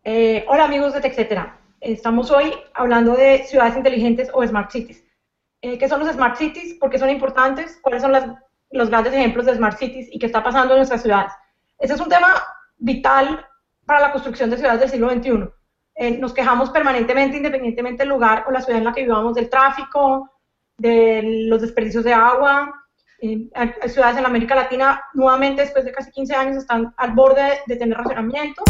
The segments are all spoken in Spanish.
Hola amigos de TechCetera. Estamos hoy hablando de ciudades inteligentes o Smart Cities. ¿Qué son los Smart Cities? ¿Por qué son importantes? ¿Cuáles son los grandes ejemplos de Smart Cities y qué está pasando en nuestras ciudades? Ese es un tema vital para la construcción de ciudades del siglo XXI. Nos quejamos permanentemente, independientemente del lugar o la ciudad en la que vivamos, del tráfico, de los desperdicios de agua. Hay ciudades en América Latina, nuevamente después de casi 15 años, están al borde de tener racionamiento.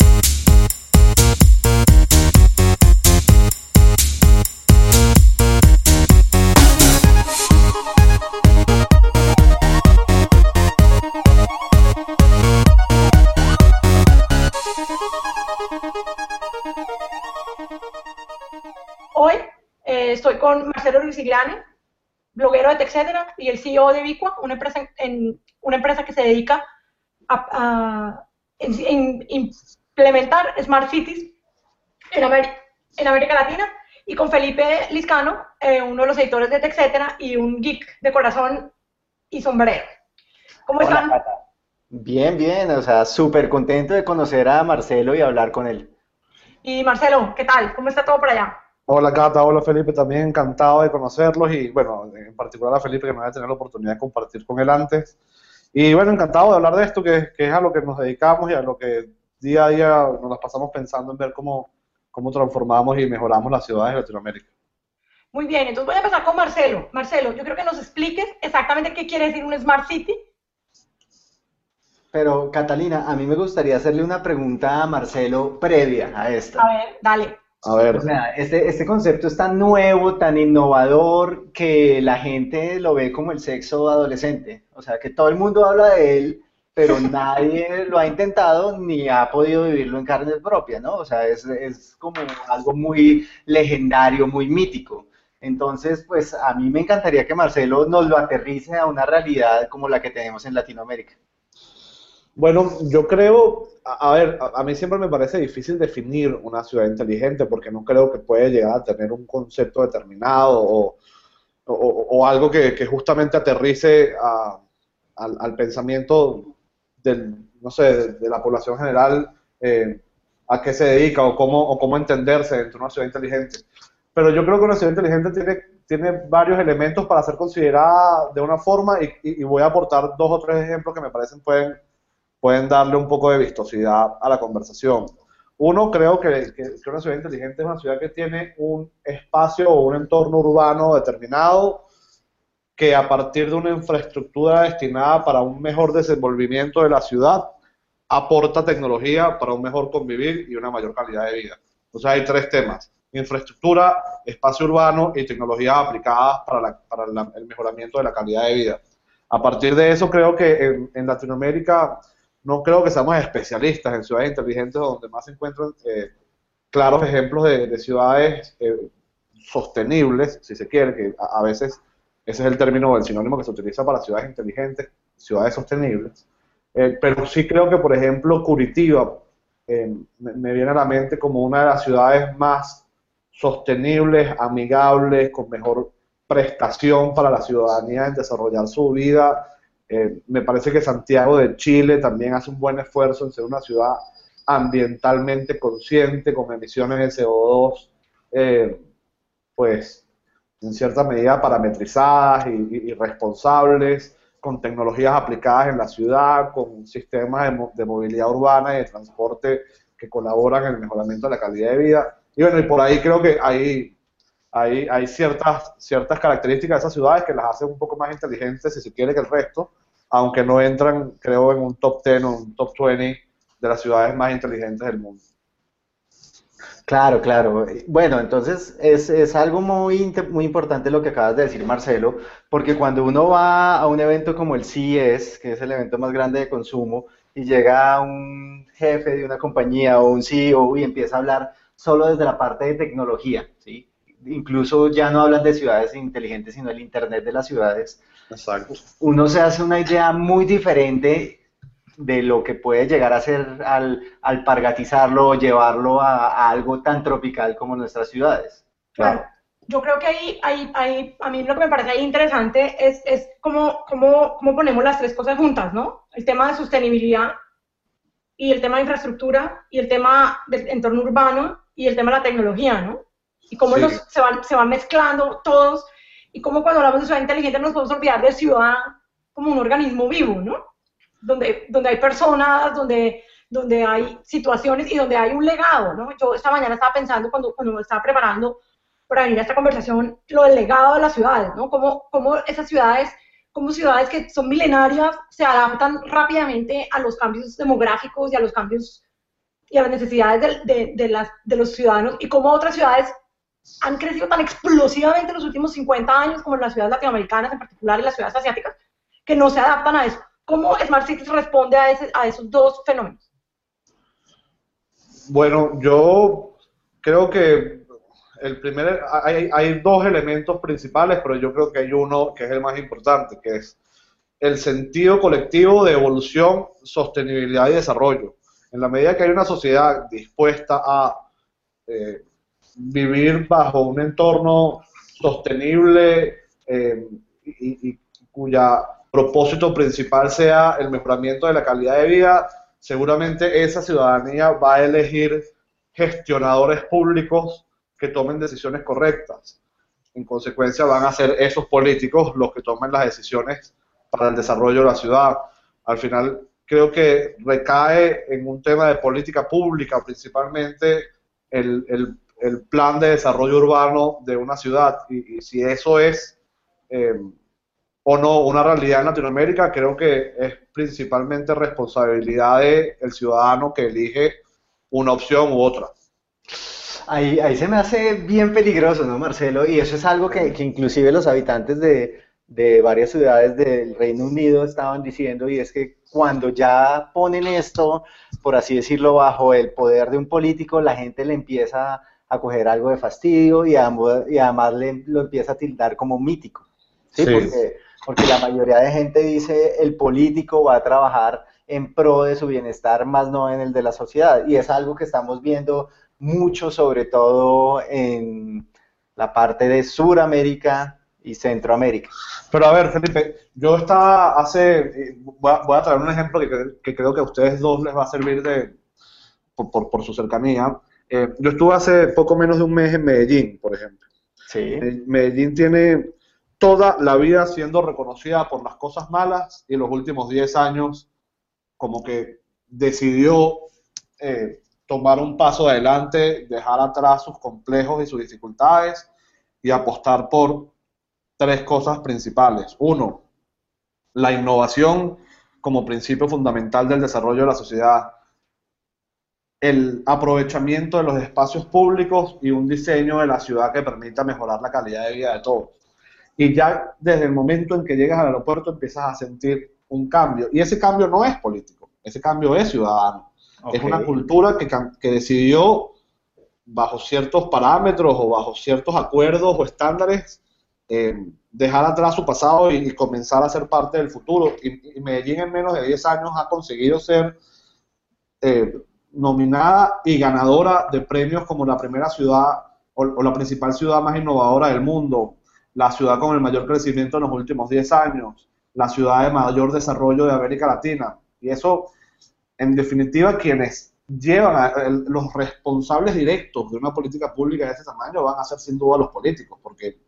Hoy estoy con Marcelo Luisigliani, bloguero de TechCetera y el CEO de Vicua, una empresa que se dedica a implementar Smart Cities en América Latina, y con Felipe Liscano, uno de los editores de TechCetera y un geek de corazón y sombrero. ¿Cómo Hola, están? Cata. Bien, bien, o sea, súper contento de conocer a Marcelo y hablar con él. Y Marcelo, ¿qué tal? ¿Cómo está todo por allá? Hola Cata, hola Felipe, también encantado de conocerlos y bueno, en particular a Felipe que no había tenido la oportunidad de compartir con él antes. Y bueno, encantado de hablar de esto, que es a lo que nos dedicamos y a lo que día a día nos las pasamos pensando en ver cómo transformamos y mejoramos las ciudades de Latinoamérica. Muy bien, entonces voy a empezar con Marcelo. Marcelo, yo creo que nos expliques exactamente qué quiere decir un Smart City. Pero, Catalina, a mí me gustaría hacerle una pregunta a Marcelo previa a A esta. ver, dale. A ver, O sea, este concepto es tan nuevo, tan innovador, que la gente lo ve como el sexo adolescente. O sea, que todo el mundo habla de él, pero nadie lo ha intentado ni ha podido vivirlo en carne propia, ¿no? O sea, es como algo muy legendario, muy mítico. Entonces, pues a mí me encantaría que Marcelo nos lo aterrice a una realidad como la que tenemos en Latinoamérica. bueno, yo creo, a ver, a mí siempre me parece difícil definir una ciudad inteligente porque no creo que puede llegar a tener un concepto determinado o algo que justamente aterrice al pensamiento del, no sé, de la población general, a qué se dedica o cómo entenderse dentro de una ciudad inteligente. Pero yo creo que una ciudad inteligente tiene varios elementos para ser considerada de una forma y voy a aportar dos o tres ejemplos que me parecen pueden darle un poco de vistosidad a la conversación. Uno, creo que una ciudad inteligente es una ciudad que tiene un espacio o un entorno urbano determinado que a partir de una infraestructura destinada para un mejor desenvolvimiento de la ciudad, aporta tecnología para un mejor convivir y una mayor calidad de vida. Entonces hay tres temas: infraestructura, espacio urbano y tecnologías aplicadas para el mejoramiento de la calidad de vida. A partir de eso creo que en Latinoamérica no creo que seamos especialistas en ciudades inteligentes donde más se encuentran claros ejemplos de ciudades sostenibles, si se quiere, que a veces ese es el término o el sinónimo que se utiliza para ciudades inteligentes, ciudades sostenibles. Pero sí creo que, por ejemplo, Curitiba me viene a la mente como una de las ciudades más sostenibles, amigables, con mejor prestación para la ciudadanía en desarrollar su vida. Me parece que Santiago de Chile también hace un buen esfuerzo en ser una ciudad ambientalmente consciente, con emisiones de CO2, pues en cierta medida parametrizadas y responsables, con tecnologías aplicadas en la ciudad, con sistemas de movilidad urbana y de transporte que colaboran en el mejoramiento de la calidad de vida. Y bueno, y por ahí creo que hay ciertas características de esas ciudades que las hacen un poco más inteligentes, si se quiere, que el resto, aunque no entran, creo, en un top 10 o un top 20 de las ciudades más inteligentes del mundo. Claro, claro. Bueno, entonces es algo muy importante lo que acabas de decir, Marcelo, porque cuando uno va a un evento como el CES, que es el evento más grande de consumo, y llega un jefe de una compañía o un CEO y empieza a hablar solo desde la parte de tecnología, ¿sí? Incluso ya no hablan de ciudades inteligentes, sino el Internet de las ciudades. Exacto. Uno se hace una idea muy diferente de lo que puede llegar a ser al alpargatizarlo o llevarlo a algo tan tropical como nuestras ciudades. Claro, yo creo que a mí lo que me parece ahí interesante es cómo ponemos las tres cosas juntas, ¿no? El tema de sostenibilidad, y el tema de infraestructura, y el tema del entorno urbano, y el tema de la tecnología, ¿no? Y cómo Sí. se van mezclando todos, y cómo cuando hablamos de ciudad inteligente nos podemos olvidar de ciudad como un organismo vivo, ¿no? Donde hay personas, donde hay situaciones y donde hay un legado, ¿no? Yo esta mañana estaba pensando, cuando me estaba preparando para venir a esta conversación, lo del legado de las ciudades, ¿no? Cómo esas ciudades, como ciudades que son milenarias, se adaptan rápidamente a los cambios demográficos y a los cambios y a las necesidades de los ciudadanos, y cómo otras ciudades han crecido tan explosivamente en los últimos 50 años, como en las ciudades latinoamericanas en particular y las ciudades asiáticas, que no se adaptan a eso. ¿Cómo Smart Cities responde a esos dos fenómenos? Bueno, yo creo que hay dos elementos principales, pero yo creo que hay uno que es el más importante, que es el sentido colectivo de evolución, sostenibilidad y desarrollo. En la medida que hay una sociedad dispuesta a vivir bajo un entorno sostenible y cuya propósito principal sea el mejoramiento de la calidad de vida, seguramente esa ciudadanía va a elegir gestionadores públicos que tomen decisiones correctas. En consecuencia, van a ser esos políticos los que tomen las decisiones para el desarrollo de la ciudad. Al final, creo que recae en un tema de política pública, principalmente el plan de desarrollo urbano de una ciudad. Y si eso es o no una realidad en Latinoamérica, creo que es principalmente responsabilidad del ciudadano que elige una opción u otra. Ahí se me hace bien peligroso, ¿no, Marcelo? Y eso es algo que inclusive los habitantes de varias ciudades del Reino Unido estaban diciendo, y es que cuando ya ponen esto, por así decirlo, bajo el poder de un político, la gente le empieza a coger algo de fastidio y además lo empieza a tildar como mítico, ¿sí? Sí. Porque la mayoría de gente dice el político va a trabajar en pro de su bienestar, más no en el de la sociedad, y es algo que estamos viendo mucho, sobre todo en la parte de Suramérica y Centroamérica. Pero a ver, Felipe, yo estaba voy a traer un ejemplo que creo que a ustedes dos les va a servir por su cercanía. Yo estuve hace poco menos de un mes en Medellín, por ejemplo. Sí. Medellín tiene toda la vida siendo reconocida por las cosas malas, y los últimos 10 años como que decidió tomar un paso adelante, dejar atrás sus complejos y sus dificultades y apostar por tres cosas principales. Uno, la innovación como principio fundamental del desarrollo de la sociedad, el aprovechamiento de los espacios públicos y un diseño de la ciudad que permita mejorar la calidad de vida de todos. Y ya desde el momento en que llegas al aeropuerto empiezas a sentir un cambio. Y ese cambio no es político, ese cambio es ciudadano. Okay. Es una cultura que decidió, bajo ciertos parámetros o bajo ciertos acuerdos o estándares, dejar atrás su pasado y comenzar a ser parte del futuro. Y Medellín en menos de 10 años ha conseguido ser nominada y ganadora de premios como la primera ciudad o la principal ciudad más innovadora del mundo, la ciudad con el mayor crecimiento en los últimos 10 años, la ciudad de mayor desarrollo de América Latina. Y eso, en definitiva, quienes llevan los responsables directos de una política pública de ese tamaño van a ser sin duda los políticos, porque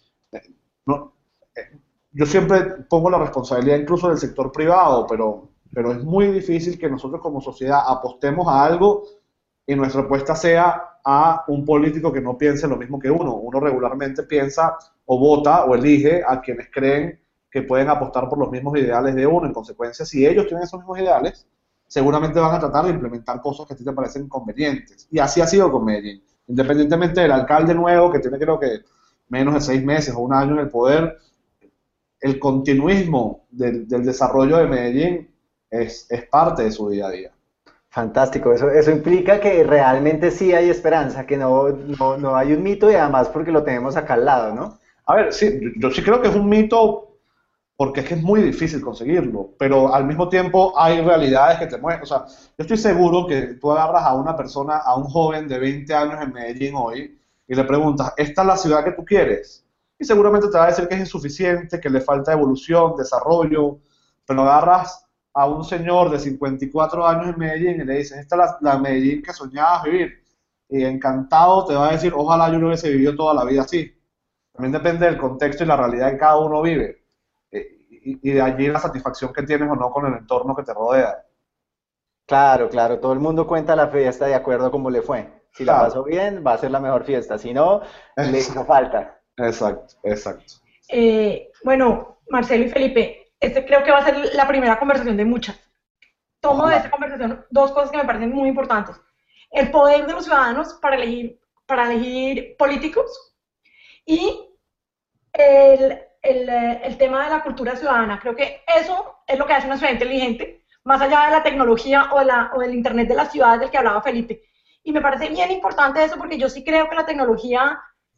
yo siempre pongo la responsabilidad incluso del sector privado, pero es muy difícil que nosotros como sociedad apostemos a algo y nuestra apuesta sea a un político que no piense lo mismo que uno. Uno regularmente piensa o vota o elige a quienes creen que pueden apostar por los mismos ideales de uno. En consecuencia, si ellos tienen esos mismos ideales, seguramente van a tratar de implementar cosas que a ti te parecen convenientes. Y así ha sido con Medellín. Independientemente del alcalde nuevo, que tiene creo que menos de 6 meses o un año en el poder, el continuismo del desarrollo de Medellín es parte de su día a día. Fantástico, eso implica que realmente sí hay esperanza, que no hay un mito, y además porque lo tenemos acá al lado, ¿no? A ver, sí, yo sí creo que es un mito porque es que es muy difícil conseguirlo, pero al mismo tiempo hay realidades que te muestran. O sea, yo estoy seguro que tú agarras a una persona, a un joven de 20 años en Medellín hoy, y le preguntas, ¿esta es la ciudad que tú quieres? Y seguramente te va a decir que es insuficiente, que le falta evolución, desarrollo, pero agarras a un señor de 54 años en Medellín y le dices, esta es la Medellín que soñabas vivir, y encantado te va a decir, ojalá yo no hubiese vivido toda la vida así. También depende del contexto y la realidad que cada uno vive, y de allí la satisfacción que tienes o no con el entorno que te rodea. Claro, claro, todo el mundo cuenta la fiesta de acuerdo a cómo le fue. Si la Claro, pasó bien, va a ser la mejor fiesta, si no, le hizo falta. exacto, exacto. Bueno, Marcelo y Felipe, este creo que va a ser la primera conversación de muchas. Tomo de esta Ojalá. conversación dos cosas que me parecen muy importantes. El poder de los ciudadanos para elegir políticos y el tema de la cultura ciudadana. Creo que eso es lo que hace una ciudad inteligente, más allá de la tecnología o del Internet de las ciudades del que hablaba Felipe. Y me parece bien importante eso porque yo sí creo que la tecnología,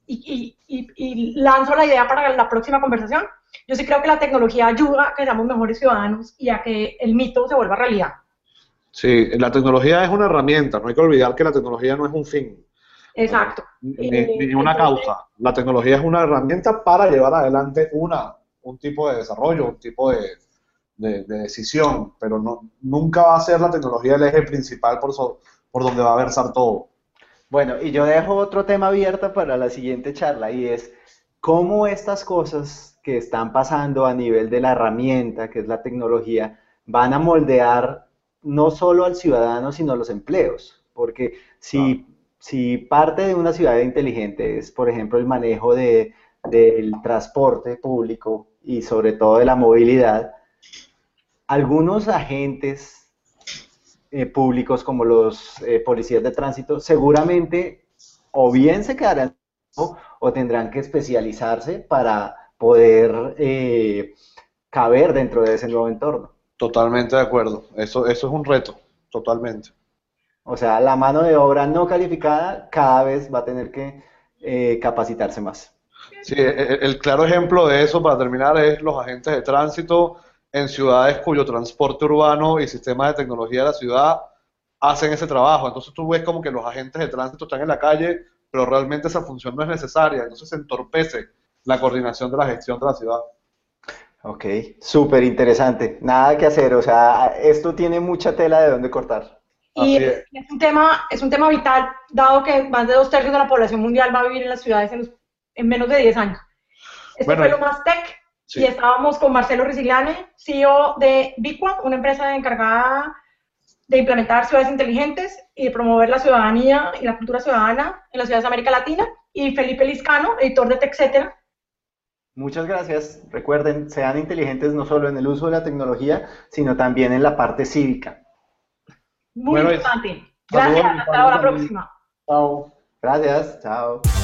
y lanzo la idea para la próxima conversación, yo sí creo que la tecnología ayuda a que seamos mejores ciudadanos y a que el mito se vuelva realidad. Sí, la tecnología es una herramienta, no hay que olvidar que la tecnología no es un fin, Exacto. ni una Entonces, causa. La tecnología es una herramienta para llevar adelante un tipo de desarrollo, un tipo de decisión, pero no, nunca va a ser la tecnología el eje principal por donde va a versar todo. Bueno, y yo dejo otro tema abierto para la siguiente charla y es cómo estas cosas que están pasando a nivel de la herramienta, que es la tecnología, van a moldear no solo al ciudadano, sino a los empleos. Porque Claro. si parte de una ciudad inteligente es, por ejemplo, el manejo del transporte público y sobre todo de la movilidad, algunos agentes públicos como los policías de tránsito seguramente o bien se quedarán o tendrán que especializarse para poder caber dentro de ese nuevo entorno. Totalmente de acuerdo. Eso es un reto, totalmente. O sea, la mano de obra no calificada cada vez va a tener que capacitarse más. Sí, el claro ejemplo de eso, para terminar, es los agentes de tránsito en ciudades cuyo transporte urbano y sistema de tecnología de la ciudad hacen ese trabajo. Entonces tú ves como que los agentes de tránsito están en la calle, pero realmente esa función no es necesaria. Entonces se entorpece la coordinación de la gestión de la ciudad. Ok, súper interesante. Nada que hacer, o sea, esto tiene mucha tela de dónde cortar. y Así es. es un tema vital, dado que más de 2/3 de la población mundial va a vivir en las ciudades en menos de 10 años. Esto Bueno, fue lo más tech y sí. estábamos con Marcelo Risigliane, CEO de Biqua, una empresa encargada de implementar ciudades inteligentes y de promover la ciudadanía y la cultura ciudadana en las ciudades de América Latina, y Felipe Liscano, editor de TechCetera. Muchas gracias. Recuerden, sean inteligentes no solo en el uso de la tecnología, sino también en la parte cívica. Muy Bueno, importante. Gracias, saludos a mi hasta la también. próxima. Chao. Gracias, chao.